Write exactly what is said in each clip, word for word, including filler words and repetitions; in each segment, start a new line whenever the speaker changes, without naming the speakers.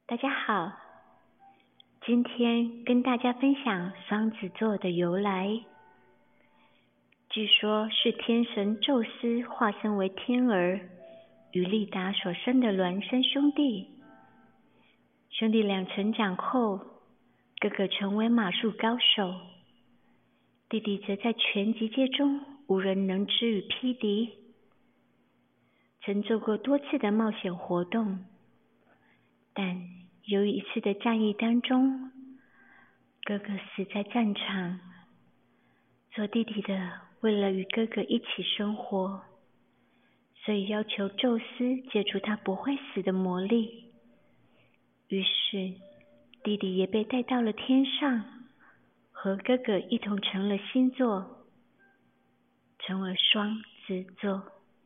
大家好，今天跟大家分享双子座的由来。据说是天神宙斯化身为天儿，与利达所生的孪生兄弟。兄弟俩成长后，哥哥成为马术高手，弟弟则在拳击界中无人能知与匹敌，曾做过多次的冒险活动，但由于一次的战役当中，哥哥死在战场，做弟弟的为了与哥哥一起生活，所以要求宙斯解除他不会死的魔力。于是弟弟也被带到了天上，和哥哥一同成了星座，成为双子座。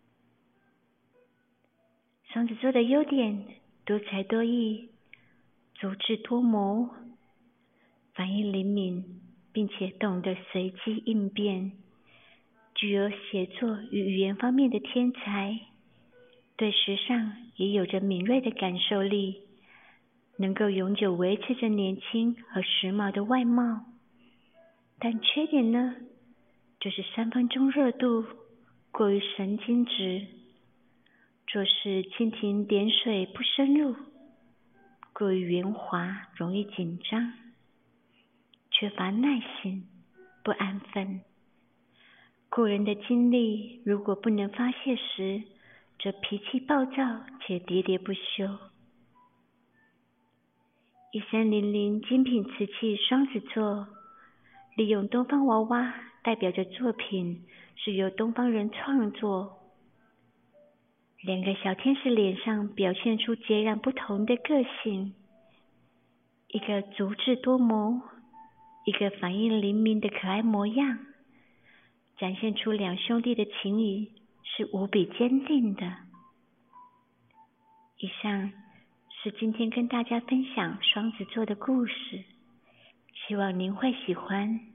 双子座的优点：多才多艺，足智多谋，反应灵敏，并且懂得随机应变，具有写作与语言方面的天才，对时尚也有着敏锐的感受力，能够永久维持着年轻和时髦的外貌。但缺点呢，就是三分钟热度，过于神经质，做事蜻蜓点水不深入，过于圆滑，容易紧张，缺乏耐心，不安分。过人的精力如果不能发泄时，则脾气暴躁且喋喋不休。一三零零精品瓷器双子座，利用东方娃娃代表着作品是由东方人创作。两个小天使脸上表现出截然不同的个性，一个足智多谋，一个反应灵敏的可爱模样，展现出两兄弟的情谊是无比坚定的。以上是今天跟大家分享双子座的故事，希望您会喜欢。